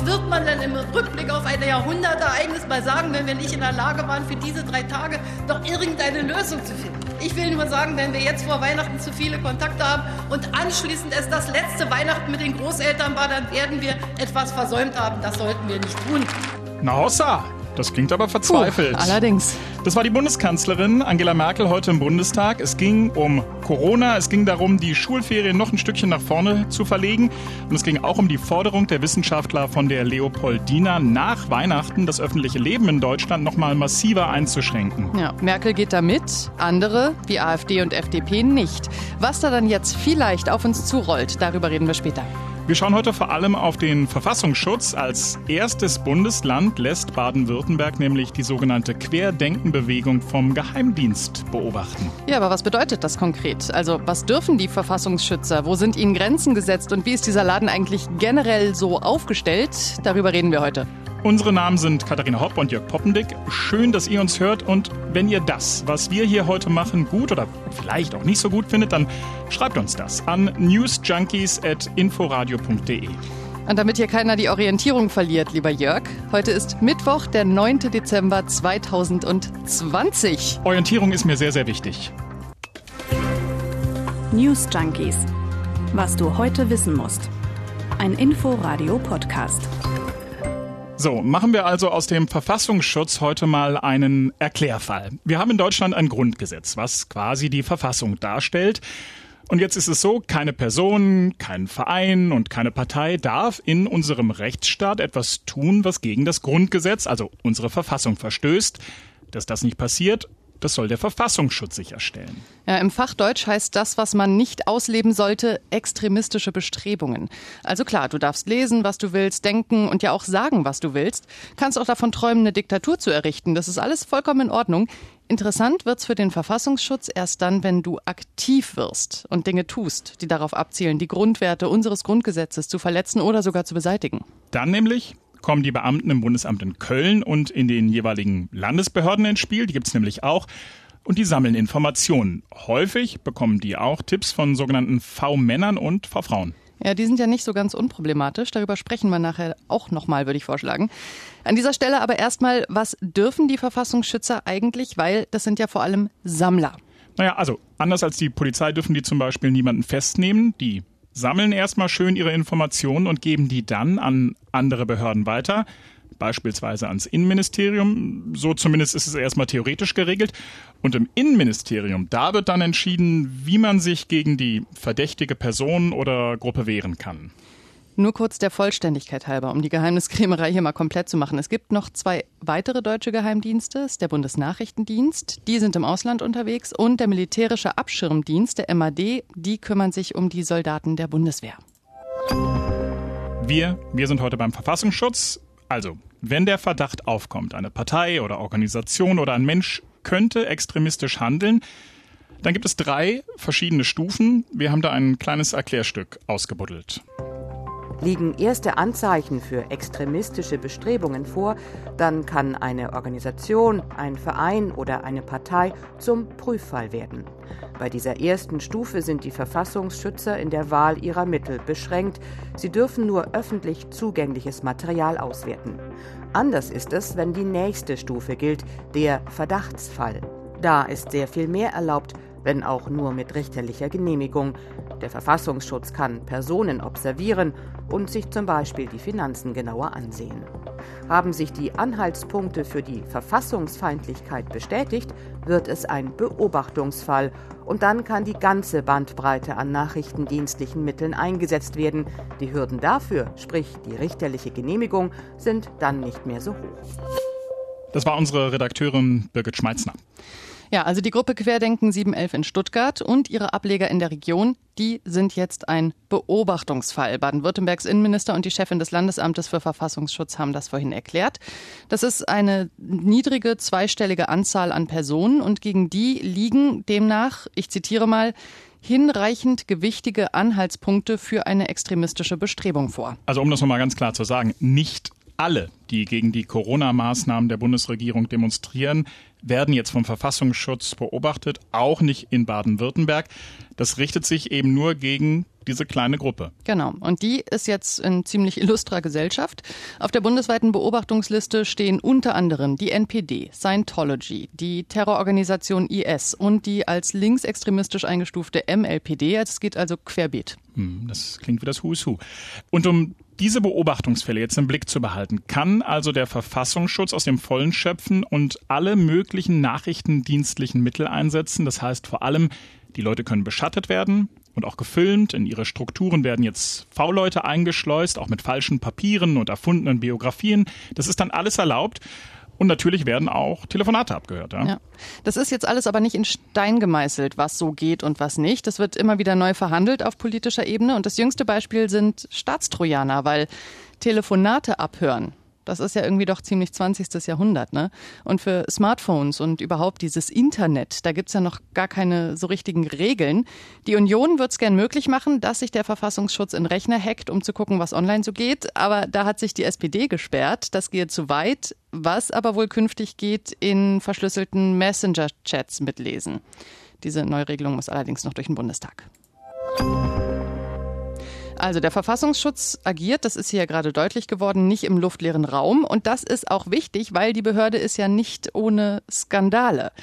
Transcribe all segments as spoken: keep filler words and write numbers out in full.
Was wird man denn im Rückblick auf ein Jahrhundertereignis mal sagen, wenn wir nicht in der Lage waren, für diese drei Tage doch irgendeine Lösung zu finden? Ich will nur sagen, wenn wir jetzt vor Weihnachten zu viele Kontakte haben und anschließend es das letzte Weihnachten mit den Großeltern war, dann werden wir etwas versäumt haben. Das sollten wir nicht tun. Na hossa, das klingt aber verzweifelt. Puh, allerdings. Das war die Bundeskanzlerin Angela Merkel heute im Bundestag. Es ging um Corona, es ging darum, die Schulferien noch ein Stückchen nach vorne zu verlegen. Und es ging auch um die Forderung der Wissenschaftler von der Leopoldina, nach Weihnachten das öffentliche Leben in Deutschland noch mal massiver einzuschränken. Ja, Merkel geht da mit, andere, wie AfD und F D P, nicht. Was da dann jetzt vielleicht auf uns zurollt, darüber reden wir später. Wir schauen heute vor allem auf den Verfassungsschutz. Als erstes Bundesland lässt Baden-Württemberg nämlich die sogenannte Querdenkenbewegung vom Geheimdienst beobachten. Ja, aber was bedeutet das konkret? Also was dürfen die Verfassungsschützer? Wo sind ihnen Grenzen gesetzt? Und wie ist dieser Laden eigentlich generell so aufgestellt? Darüber reden wir heute. Unsere Namen sind Katharina Hopp und Jörg Poppendick. Schön, dass ihr uns hört. Und wenn ihr das, was wir hier heute machen, gut oder vielleicht auch nicht so gut findet, dann schreibt uns das an newsjunkies at inforadio punkt de. Und damit hier keiner die Orientierung verliert, lieber Jörg, heute ist Mittwoch, der neunte Dezember zweitausendzwanzig. Orientierung ist mir sehr, sehr wichtig. News Junkies. Was du heute wissen musst. Ein Inforadio-Podcast. So, machen wir also aus dem Verfassungsschutz heute mal einen Erklärfall. Wir haben in Deutschland ein Grundgesetz, was quasi die Verfassung darstellt. Und jetzt ist es so, keine Person, kein Verein und keine Partei darf in unserem Rechtsstaat etwas tun, was gegen das Grundgesetz, also unsere Verfassung, verstößt. Dass das nicht passiert, das soll der Verfassungsschutz sicherstellen. Ja, im Fachdeutsch heißt das, was man nicht ausleben sollte, extremistische Bestrebungen. Also klar, du darfst lesen, was du willst, denken und ja auch sagen, was du willst. Kannst auch davon träumen, eine Diktatur zu errichten. Das ist alles vollkommen in Ordnung. Interessant wird's für den Verfassungsschutz erst dann, wenn du aktiv wirst und Dinge tust, die darauf abzielen, die Grundwerte unseres Grundgesetzes zu verletzen oder sogar zu beseitigen. Dann nämlich kommen die Beamten im Bundesamt in Köln und in den jeweiligen Landesbehörden ins Spiel. Die gibt's nämlich auch. Und die sammeln Informationen. Häufig bekommen die auch Tipps von sogenannten V-Männern und V-Frauen. Ja, die sind ja nicht so ganz unproblematisch. Darüber sprechen wir nachher auch nochmal, würde ich vorschlagen. An dieser Stelle aber erstmal, was dürfen die Verfassungsschützer eigentlich? Weil das sind ja vor allem Sammler. Naja, also anders als die Polizei dürfen die zum Beispiel niemanden festnehmen. Die sammeln erstmal schön ihre Informationen und geben die dann an andere Behörden weiter, beispielsweise ans Innenministerium. So zumindest ist es erstmal theoretisch geregelt. Und im Innenministerium, da wird dann entschieden, wie man sich gegen die verdächtige Person oder Gruppe wehren kann. Nur kurz der Vollständigkeit halber, um die Geheimniskrämerei hier mal komplett zu machen. Es gibt noch zwei weitere deutsche Geheimdienste. Das ist der Bundesnachrichtendienst, die sind im Ausland unterwegs, und der militärische Abschirmdienst, der M A D, die kümmern sich um die Soldaten der Bundeswehr. Wir, wir sind heute beim Verfassungsschutz. Also, wenn der Verdacht aufkommt, eine Partei oder Organisation oder ein Mensch könnte extremistisch handeln, dann gibt es drei verschiedene Stufen. Wir haben da ein kleines Erklärstück ausgebuddelt. Liegen erste Anzeichen für extremistische Bestrebungen vor, dann kann eine Organisation, ein Verein oder eine Partei zum Prüffall werden. Bei dieser ersten Stufe sind die Verfassungsschützer in der Wahl ihrer Mittel beschränkt. Sie dürfen nur öffentlich zugängliches Material auswerten. Anders ist es, wenn die nächste Stufe gilt, der Verdachtsfall. Da ist sehr viel mehr erlaubt, wenn auch nur mit richterlicher Genehmigung. Der Verfassungsschutz kann Personen observieren und sich zum Beispiel die Finanzen genauer ansehen. Haben sich die Anhaltspunkte für die Verfassungsfeindlichkeit bestätigt, wird es ein Beobachtungsfall und dann kann die ganze Bandbreite an nachrichtendienstlichen Mitteln eingesetzt werden. Die Hürden dafür, sprich die richterliche Genehmigung, sind dann nicht mehr so hoch. Das war unsere Redakteurin Birgit Schmeitzner. Ja, also die Gruppe Querdenken sieben elf in Stuttgart und ihre Ableger in der Region, die sind jetzt ein Beobachtungsfall. Baden-Württembergs Innenminister und die Chefin des Landesamtes für Verfassungsschutz haben das vorhin erklärt. Das ist eine niedrige zweistellige Anzahl an Personen und gegen die liegen demnach, ich zitiere mal, hinreichend gewichtige Anhaltspunkte für eine extremistische Bestrebung vor. Also um das nochmal ganz klar zu sagen, nicht alle, die gegen die Corona-Maßnahmen der Bundesregierung demonstrieren, werden jetzt vom Verfassungsschutz beobachtet, auch nicht in Baden-Württemberg. Das richtet sich eben nur gegen diese kleine Gruppe. Genau. Und die ist jetzt in ziemlich illustrer Gesellschaft. Auf der bundesweiten Beobachtungsliste stehen unter anderem die N P D, Scientology, die Terrororganisation I S und die als linksextremistisch eingestufte M L P D. Es geht also querbeet. Hm, das klingt wie das Who is Who. Und um diese Beobachtungsfälle jetzt im Blick zu behalten, kann also der Verfassungsschutz aus dem Vollen schöpfen und alle möglichen nachrichtendienstlichen Mittel einsetzen. Das heißt vor allem, die Leute können beschattet werden und auch gefilmt. In ihre Strukturen werden jetzt V-Leute eingeschleust, auch mit falschen Papieren und erfundenen Biografien. Das ist dann alles erlaubt. Und natürlich werden auch Telefonate abgehört. Ja? Ja. Das ist jetzt alles aber nicht in Stein gemeißelt, was so geht und was nicht. Das wird immer wieder neu verhandelt auf politischer Ebene. Und das jüngste Beispiel sind Staatstrojaner, weil Telefonate abhören. Das ist ja irgendwie doch ziemlich zwanzigstes Jahrhundert, ne? Und für Smartphones und überhaupt dieses Internet, da gibt's ja noch gar keine so richtigen Regeln. Die Union wird's gern möglich machen, dass sich der Verfassungsschutz in Rechner hackt, um zu gucken, was online so geht. Aber da hat sich die S P D gesperrt. Das gehe zu weit. Was aber wohl künftig geht, in verschlüsselten Messenger-Chats mitlesen. Diese Neuregelung muss allerdings noch durch den Bundestag. Also der Verfassungsschutz agiert, das ist hier ja gerade deutlich geworden, nicht im luftleeren Raum. Und das ist auch wichtig, weil die Behörde ist ja nicht ohne Skandale.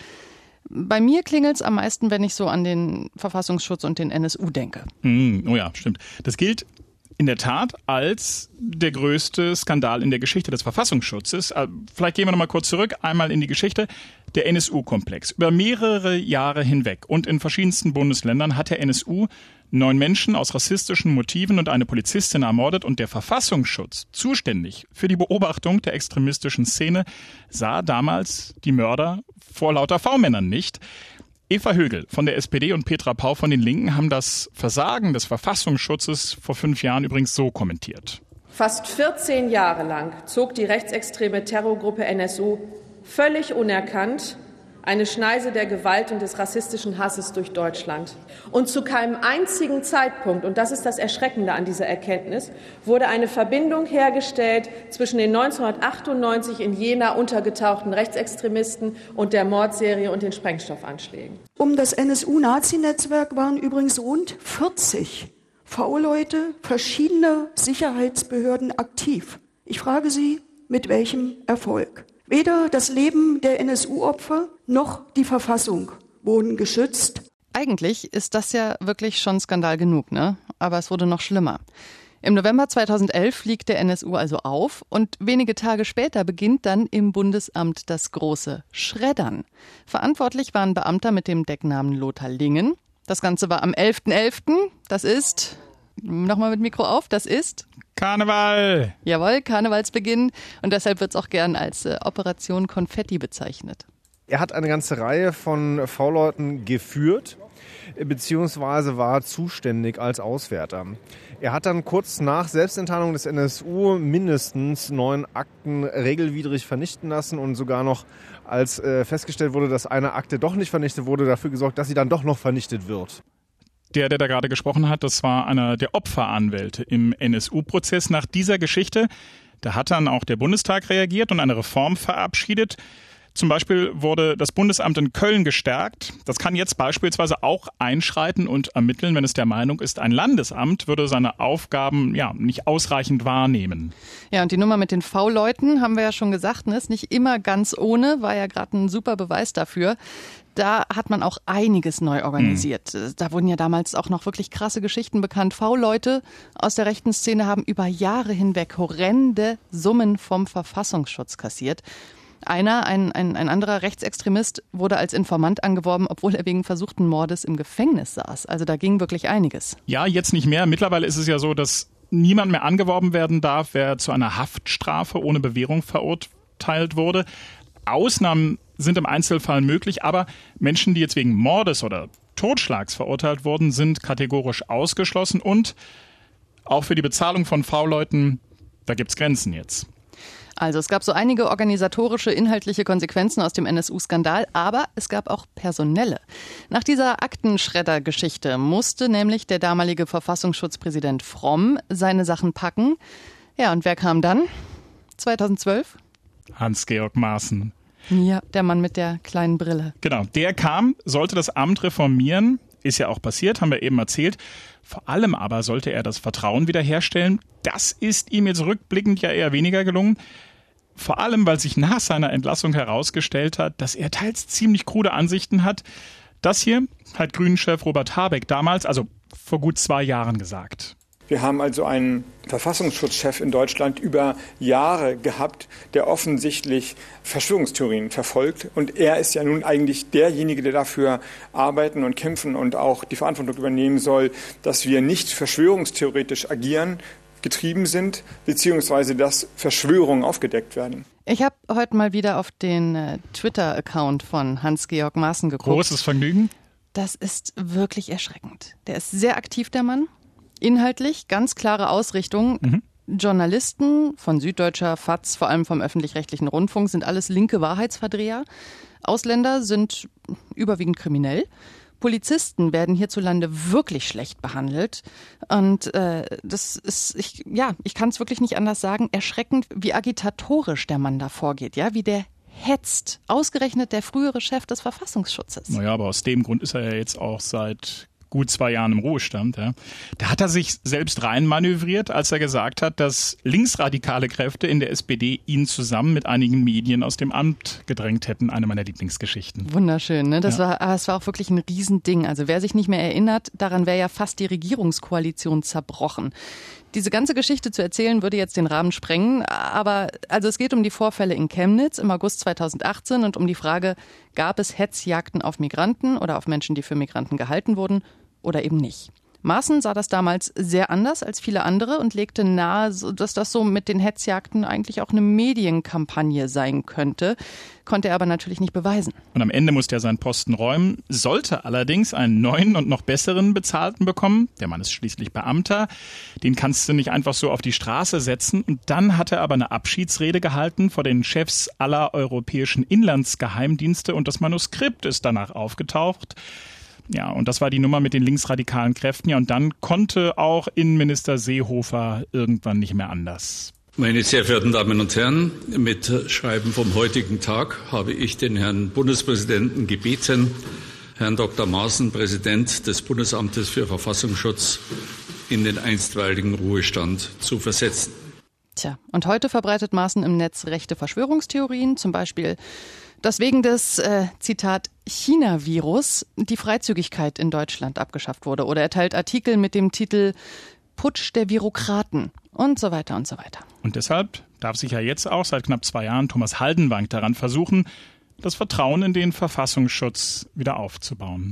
Bei mir klingelt es am meisten, wenn ich so an den Verfassungsschutz und den N S U denke. Mm, oh ja, stimmt. Das gilt in der Tat als der größte Skandal in der Geschichte des Verfassungsschutzes. Vielleicht gehen wir noch mal kurz zurück, einmal in die Geschichte. Der N S U-Komplex. Über mehrere Jahre hinweg und in verschiedensten Bundesländern hat der N S U neun Menschen aus rassistischen Motiven und eine Polizistin ermordet und der Verfassungsschutz, zuständig für die Beobachtung der extremistischen Szene, sah damals die Mörder vor lauter V-Männern nicht. Eva Högel von der S P D und Petra Pau von den Linken haben das Versagen des Verfassungsschutzes vor fünf Jahren übrigens so kommentiert. Fast vierzehn Jahre lang zog die rechtsextreme Terrorgruppe N S U völlig unerkannt eine Schneise der Gewalt und des rassistischen Hasses durch Deutschland. Und zu keinem einzigen Zeitpunkt, und das ist das Erschreckende an dieser Erkenntnis, wurde eine Verbindung hergestellt zwischen den neunzehnhundertachtundneunzig in Jena untergetauchten Rechtsextremisten und der Mordserie und den Sprengstoffanschlägen. Um das N S U-Nazi-Netzwerk waren übrigens rund vierzig V-Leute verschiedener Sicherheitsbehörden aktiv. Ich frage Sie, mit welchem Erfolg? Weder das Leben der N S U-Opfer noch die Verfassung wurden geschützt. Eigentlich ist das ja wirklich schon Skandal genug, ne? Aber es wurde noch schlimmer. Im November zweitausendelf fliegt der N S U also auf und wenige Tage später beginnt dann im Bundesamt das große Schreddern. Verantwortlich war ein Beamter mit dem Decknamen Lothar Lingen. Das Ganze war am elften elften Das ist, nochmal mit Mikro auf, das ist... Karneval! Jawohl, Karnevalsbeginn. Und deshalb wird es auch gern als äh, Operation Konfetti bezeichnet. Er hat eine ganze Reihe von V-Leuten geführt, beziehungsweise war zuständig als Auswärter. Er hat dann kurz nach Selbstenttarnung des N S U mindestens neun Akten regelwidrig vernichten lassen und sogar noch, als äh, festgestellt wurde, dass eine Akte doch nicht vernichtet wurde, dafür gesorgt, dass sie dann doch noch vernichtet wird. Der, der da gerade gesprochen hat, das war einer der Opferanwälte im N S U-Prozess. Nach dieser Geschichte, da hat dann auch der Bundestag reagiert und eine Reform verabschiedet. Zum Beispiel wurde das Bundesamt in Köln gestärkt. Das kann jetzt beispielsweise auch einschreiten und ermitteln, wenn es der Meinung ist, ein Landesamt würde seine Aufgaben ja nicht ausreichend wahrnehmen. Ja, und die Nummer mit den V-Leuten, haben wir ja schon gesagt, ne, ist nicht immer ganz ohne, war ja gerade ein super Beweis dafür. Da hat man auch einiges neu organisiert. Mhm. Da wurden ja damals auch noch wirklich krasse Geschichten bekannt. V-Leute aus der rechten Szene haben über Jahre hinweg horrende Summen vom Verfassungsschutz kassiert. Einer, ein, ein, ein anderer Rechtsextremist, wurde als Informant angeworben, obwohl er wegen versuchten Mordes im Gefängnis saß. Also da ging wirklich einiges. Ja, jetzt nicht mehr. Mittlerweile ist es ja so, dass niemand mehr angeworben werden darf, wer zu einer Haftstrafe ohne Bewährung verurteilt wurde. Ausnahmen sind im Einzelfall möglich, aber Menschen, die jetzt wegen Mordes oder Totschlags verurteilt wurden, sind kategorisch ausgeschlossen. Und auch für die Bezahlung von V-Leuten, da gibt's Grenzen jetzt. Also es gab so einige organisatorische, inhaltliche Konsequenzen aus dem N S U-Skandal, aber es gab auch personelle. Nach dieser Aktenschredder-Geschichte musste nämlich der damalige Verfassungsschutzpräsident Fromm seine Sachen packen. Ja, und wer kam dann? zweitausendzwölf? Hans-Georg Maaßen. Ja, der Mann mit der kleinen Brille. Genau, der kam, sollte das Amt reformieren, ist ja auch passiert, haben wir eben erzählt. Vor allem aber sollte er das Vertrauen wiederherstellen. Das ist ihm jetzt rückblickend ja eher weniger gelungen. Vor allem, weil sich nach seiner Entlassung herausgestellt hat, dass er teils ziemlich krude Ansichten hat. Das hier hat Grünen-Chef Robert Habeck damals, also vor gut zwei Jahren, gesagt. Wir haben also einen Verfassungsschutzchef in Deutschland über Jahre gehabt, der offensichtlich Verschwörungstheorien verfolgt. Und er ist ja nun eigentlich derjenige, der dafür arbeiten und kämpfen und auch die Verantwortung übernehmen soll, dass wir nicht verschwörungstheoretisch agieren, getrieben sind, beziehungsweise dass Verschwörungen aufgedeckt werden. Ich habe heute mal wieder auf den äh, Twitter-Account von Hans-Georg Maaßen geguckt. Großes Vergnügen. Das ist wirklich erschreckend. Der ist sehr aktiv, der Mann. Inhaltlich ganz klare Ausrichtung. Mhm. Journalisten von Süddeutscher, F A Z, vor allem vom öffentlich-rechtlichen Rundfunk, sind alles linke Wahrheitsverdreher. Ausländer sind überwiegend kriminell. Polizisten werden hierzulande wirklich schlecht behandelt. Und äh, das ist, ich, ja, ich kann es wirklich nicht anders sagen, erschreckend, wie agitatorisch der Mann da vorgeht, ja, wie der hetzt. Ausgerechnet der frühere Chef des Verfassungsschutzes. Naja, aber aus dem Grund ist er ja jetzt auch seit gut zwei Jahren im Ruhestand. Ja. Da hat er sich selbst reinmanövriert, als er gesagt hat, dass linksradikale Kräfte in der S P D ihn zusammen mit einigen Medien aus dem Amt gedrängt hätten. Eine meiner Lieblingsgeschichten. Wunderschön, ne? Das, ja. war, das war auch wirklich ein Riesending. Also wer sich nicht mehr erinnert, daran wäre ja fast die Regierungskoalition zerbrochen. Diese ganze Geschichte zu erzählen, würde jetzt den Rahmen sprengen. Aber also es geht um die Vorfälle in Chemnitz im August zweitausendachtzehn und um die Frage, gab es Hetzjagden auf Migranten oder auf Menschen, die für Migranten gehalten wurden oder eben nicht. Maaßen sah das damals sehr anders als viele andere und legte nahe, dass das so mit den Hetzjagden eigentlich auch eine Medienkampagne sein könnte. Konnte er aber natürlich nicht beweisen. Und am Ende musste er seinen Posten räumen, sollte allerdings einen neuen und noch besseren Bezahlten bekommen. Der Mann ist schließlich Beamter. Den kannst du nicht einfach so auf die Straße setzen. Und dann hat er aber eine Abschiedsrede gehalten vor den Chefs aller europäischen Inlandsgeheimdienste und das Manuskript ist danach aufgetaucht. Ja, und das war die Nummer mit den linksradikalen Kräften. Ja, und dann konnte auch Innenminister Seehofer irgendwann nicht mehr anders. Meine sehr verehrten Damen und Herren, mit Schreiben vom heutigen Tag habe ich den Herrn Bundespräsidenten gebeten, Herrn Doktor Maaßen, Präsident des Bundesamtes für Verfassungsschutz, in den einstweiligen Ruhestand zu versetzen. Tja, und heute verbreitet Maaßen im Netz rechte Verschwörungstheorien, zum Beispiel, dass wegen des, äh, Zitat, China-Virus die Freizügigkeit in Deutschland abgeschafft wurde. Oder er teilt Artikel mit dem Titel Putsch der Virokraten und so weiter und so weiter. Und deshalb darf sich ja jetzt auch seit knapp zwei Jahren Thomas Haldenwang daran versuchen, das Vertrauen in den Verfassungsschutz wieder aufzubauen.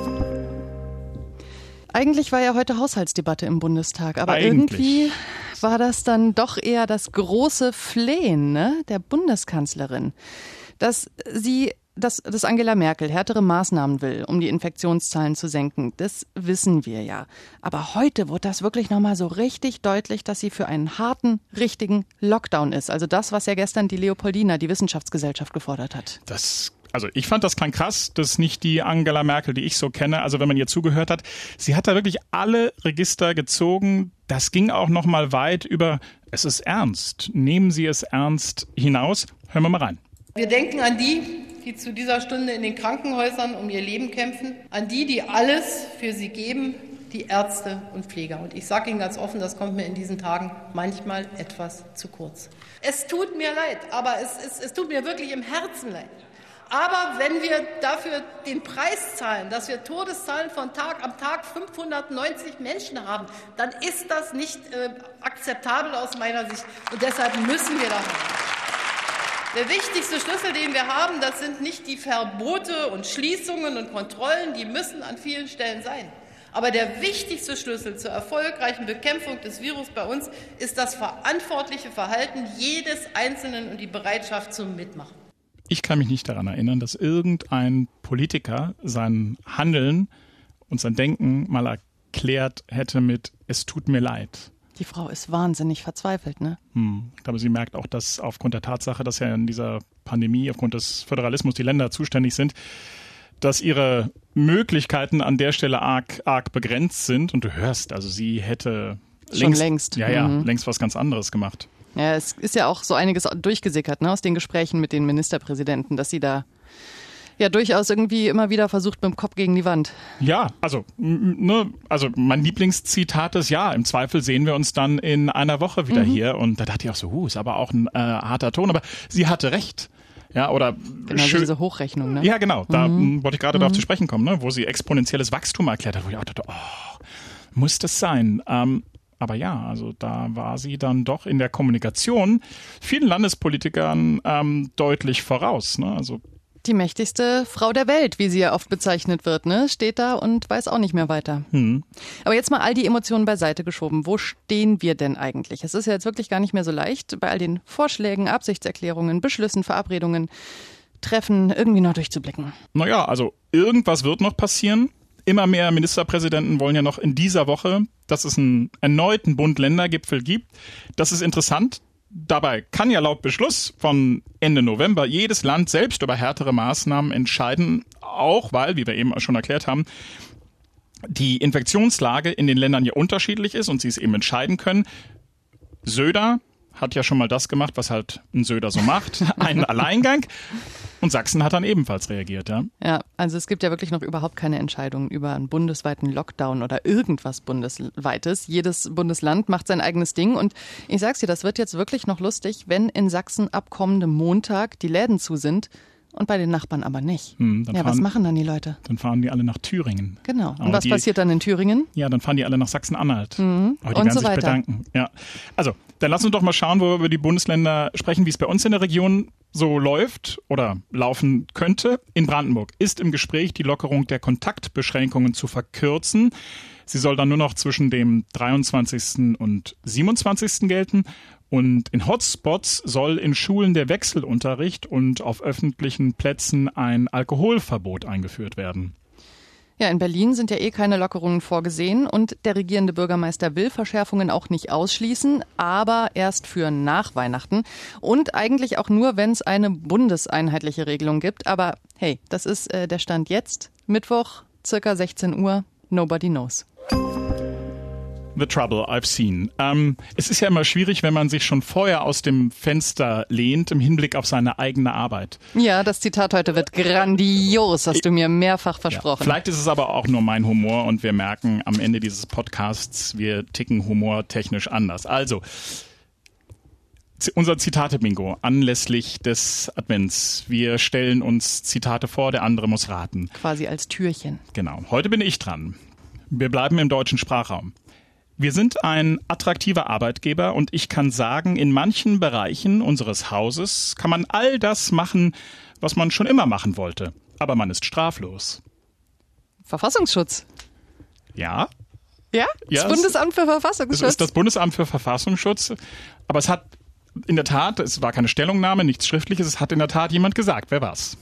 Eigentlich war ja heute Haushaltsdebatte im Bundestag, aber Eigentlich. irgendwie war das dann doch eher das große Flehen, ne, der Bundeskanzlerin, dass sie, dass, dass Angela Merkel härtere Maßnahmen will, um die Infektionszahlen zu senken. Das wissen wir ja. Aber heute wurde das wirklich nochmal so richtig deutlich, dass sie für einen harten, richtigen Lockdown ist. Also das, was ja gestern die Leopoldina, die Wissenschaftsgesellschaft, gefordert hat. Das Also ich fand das klang krass, das ist nicht die Angela Merkel, die ich so kenne. Also wenn man ihr zugehört hat, sie hat da wirklich alle Register gezogen. Das ging auch noch mal weit über, es ist ernst, nehmen Sie es ernst hinaus. Hören wir mal rein. Wir denken an die, die zu dieser Stunde in den Krankenhäusern um ihr Leben kämpfen, an die, die alles für sie geben, die Ärzte und Pfleger. Und ich sage Ihnen ganz offen, das kommt mir in diesen Tagen manchmal etwas zu kurz. Es tut mir leid, aber es, es, es tut mir wirklich im Herzen leid. Aber wenn wir dafür den Preis zahlen, dass wir Todeszahlen von Tag am Tag fünfhundertneunzig Menschen haben, dann ist das nicht äh, akzeptabel aus meiner Sicht. Und deshalb müssen wir da haben. Der wichtigste Schlüssel, den wir haben, das sind nicht die Verbote und Schließungen und Kontrollen, die müssen an vielen Stellen sein. Aber der wichtigste Schlüssel zur erfolgreichen Bekämpfung des Virus bei uns ist das verantwortliche Verhalten jedes Einzelnen und die Bereitschaft zum Mitmachen. Ich kann mich nicht daran erinnern, dass irgendein Politiker sein Handeln und sein Denken mal erklärt hätte mit "Es tut mir leid". Die Frau ist wahnsinnig verzweifelt, ne? Hm. Ich glaube, sie merkt auch, dass aufgrund der Tatsache, dass ja in dieser Pandemie, aufgrund des Föderalismus die Länder zuständig sind, dass ihre Möglichkeiten an der Stelle arg, arg begrenzt sind. Und du hörst, also sie hätte Schon längst, längst. Ja, ja, mhm. längst was ganz anderes gemacht. Ja, es ist ja auch so einiges durchgesickert, ne, aus den Gesprächen mit den Ministerpräsidenten, dass sie da ja durchaus irgendwie immer wieder versucht mit dem Kopf gegen die Wand. Ja, also, ne, also mein Lieblingszitat ist, ja, im Zweifel sehen wir uns dann in einer Woche wieder mhm. hier. Und da dachte ich auch so, huh, ist aber auch ein äh, harter Ton. Aber sie hatte recht. Ja, oder genau, schön, diese Hochrechnung, ne? Ja, genau. Da mhm. wollte ich gerade mhm. darauf zu sprechen kommen, ne, wo sie exponentielles Wachstum erklärt hat, wo ich auch dachte, oh, muss das sein? Ähm, aber ja, also da war sie dann doch in der Kommunikation vielen Landespolitikern ähm, deutlich voraus, ne? Also die mächtigste Frau der Welt, wie sie ja oft bezeichnet wird, ne, steht da und weiß auch nicht mehr weiter. Hm. Aber jetzt mal all die Emotionen beiseite geschoben. Wo stehen wir denn eigentlich? Es ist ja jetzt wirklich gar nicht mehr so leicht, bei all den Vorschlägen, Absichtserklärungen, Beschlüssen, Verabredungen, Treffen irgendwie noch durchzublicken. Naja, also irgendwas wird noch passieren. Immer mehr Ministerpräsidenten wollen ja noch in dieser Woche, dass es einen erneuten Bund-Länder-Gipfel gibt. Das ist interessant. Dabei kann ja laut Beschluss von Ende November jedes Land selbst über härtere Maßnahmen entscheiden, auch weil, wie wir eben schon erklärt haben, die Infektionslage in den Ländern ja unterschiedlich ist und sie es eben entscheiden können. Söder hat ja schon mal das gemacht, was halt ein Söder so macht, einen Alleingang. Und Sachsen hat dann ebenfalls reagiert, ja. Ja, also es gibt ja wirklich noch überhaupt keine Entscheidung über einen bundesweiten Lockdown oder irgendwas Bundesweites. Jedes Bundesland macht sein eigenes Ding. Und ich sag's dir, das wird jetzt wirklich noch lustig, wenn in Sachsen ab kommendem Montag die Läden zu sind und bei den Nachbarn aber nicht. Hm, ja, fahren, was machen dann die Leute? Dann fahren die alle nach Thüringen. Genau. Und aber was die, passiert dann in Thüringen? Ja, dann fahren die alle nach Sachsen-Anhalt. Mhm. Aber die und werden so sich weiter. bedanken. Ja. Also, dann lass uns doch mal schauen, wo wir über die Bundesländer sprechen, wie es bei uns in der Region so läuft oder laufen könnte. In Brandenburg ist im Gespräch, die Lockerung der Kontaktbeschränkungen zu verkürzen. Sie soll dann nur noch zwischen dem dreiundzwanzigsten und siebenundzwanzigsten gelten. Und in Hotspots soll in Schulen der Wechselunterricht und auf öffentlichen Plätzen ein Alkoholverbot eingeführt werden. Ja, in Berlin sind ja eh keine Lockerungen vorgesehen und der regierende Bürgermeister will Verschärfungen auch nicht ausschließen, aber erst für nach Weihnachten und eigentlich auch nur, wenn es eine bundeseinheitliche Regelung gibt. Aber hey, das ist äh, der Stand jetzt, Mittwoch, circa sechzehn Uhr, nobody knows. The Trouble I've Seen. Ähm, es ist ja immer schwierig, wenn man sich schon vorher aus dem Fenster lehnt im Hinblick auf seine eigene Arbeit. Ja, das Zitat heute wird grandios, hast du mir mehrfach versprochen. Ja, vielleicht ist es aber auch nur mein Humor und wir merken am Ende dieses Podcasts, wir ticken humortechnisch anders. Also, unser Zitate-Bingo anlässlich des Advents. Wir stellen uns Zitate vor, der andere muss raten. Quasi als Türchen. Genau. Heute bin ich dran. Wir bleiben im deutschen Sprachraum. Wir sind ein attraktiver Arbeitgeber und ich kann sagen, in manchen Bereichen unseres Hauses kann man all das machen, was man schon immer machen wollte. Aber man ist straflos. Verfassungsschutz. Ja. Ja? Das ja, Bundesamt für Verfassungsschutz. Es ist das Bundesamt für Verfassungsschutz. Aber es hat in der Tat, es war keine Stellungnahme, nichts Schriftliches, es hat in der Tat jemand gesagt. Wer war's?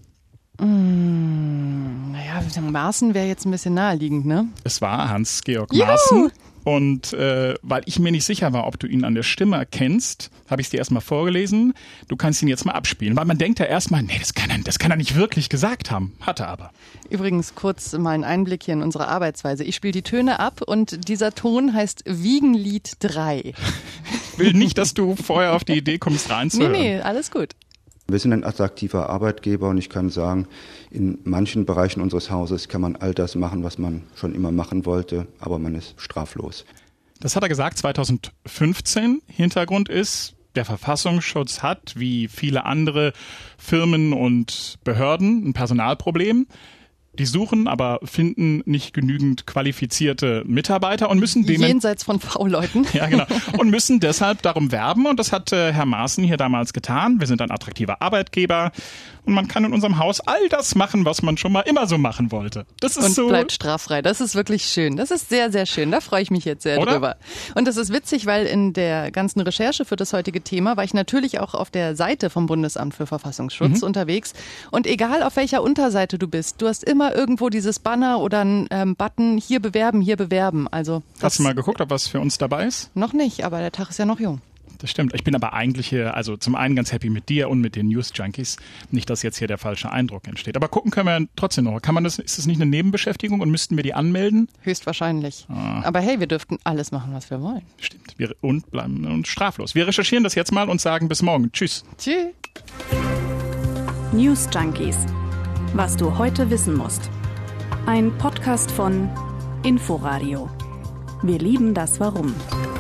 Mmh, naja, Maaßen wäre jetzt ein bisschen naheliegend, ne? Es war Hans-Georg Maaßen. Und äh, weil ich mir nicht sicher war, ob du ihn an der Stimme erkennst, habe ich es dir erstmal vorgelesen. Du kannst ihn jetzt mal abspielen, weil man denkt ja erstmal, nee, das kann er, das kann er nicht wirklich gesagt haben. Hat er aber. Übrigens kurz mal ein Einblick hier in unsere Arbeitsweise. Ich spiele die Töne ab und dieser Ton heißt Wiegenlied drei. Ich will nicht, dass du vorher auf die Idee kommst, reinzuhören. Nee, nee, alles gut. Wir sind ein attraktiver Arbeitgeber und ich kann sagen, in manchen Bereichen unseres Hauses kann man all das machen, was man schon immer machen wollte, aber man ist straflos. Das hat er gesagt zweitausendfünfzehn. Hintergrund ist, der Verfassungsschutz hat, wie viele andere Firmen und Behörden, ein Personalproblem. Die suchen, aber finden nicht genügend qualifizierte Mitarbeiter und müssen dem jenseits von V-Leuten. Ja, genau. Und müssen deshalb darum werben. Und das hat äh, Herr Maaßen hier damals getan. Wir sind ein attraktiver Arbeitgeber und man kann in unserem Haus all das machen, was man schon mal immer so machen wollte. Das ist und so. Bleibt straffrei. Das ist wirklich schön. Das ist sehr, sehr schön. Da freue ich mich jetzt sehr Oder? drüber. Und das ist witzig, weil in der ganzen Recherche für das heutige Thema war ich natürlich auch auf der Seite vom Bundesamt für Verfassungsschutz mhm. unterwegs. Und egal auf welcher Unterseite du bist, du hast immer irgendwo dieses Banner oder einen ähm, Button, hier bewerben, hier bewerben. Also hast du mal geguckt, ob was für uns dabei ist? Noch nicht, aber der Tag ist ja noch jung. das stimmt. Ich bin aber eigentlich hier, also zum einen ganz happy mit dir und mit den News Junkies. Nicht, dass jetzt hier der falsche Eindruck entsteht. Aber gucken können wir trotzdem noch. Kann man das, ist das nicht eine Nebenbeschäftigung und müssten wir die anmelden? Höchstwahrscheinlich. Ah. Aber hey, wir dürften alles machen, was wir wollen. Stimmt. Wir, und bleiben uns straflos. Wir recherchieren das jetzt mal und sagen bis morgen. Tschüss. Tschüss. News Junkies. Was du heute wissen musst. Ein Podcast von Inforadio. Wir lieben das Warum.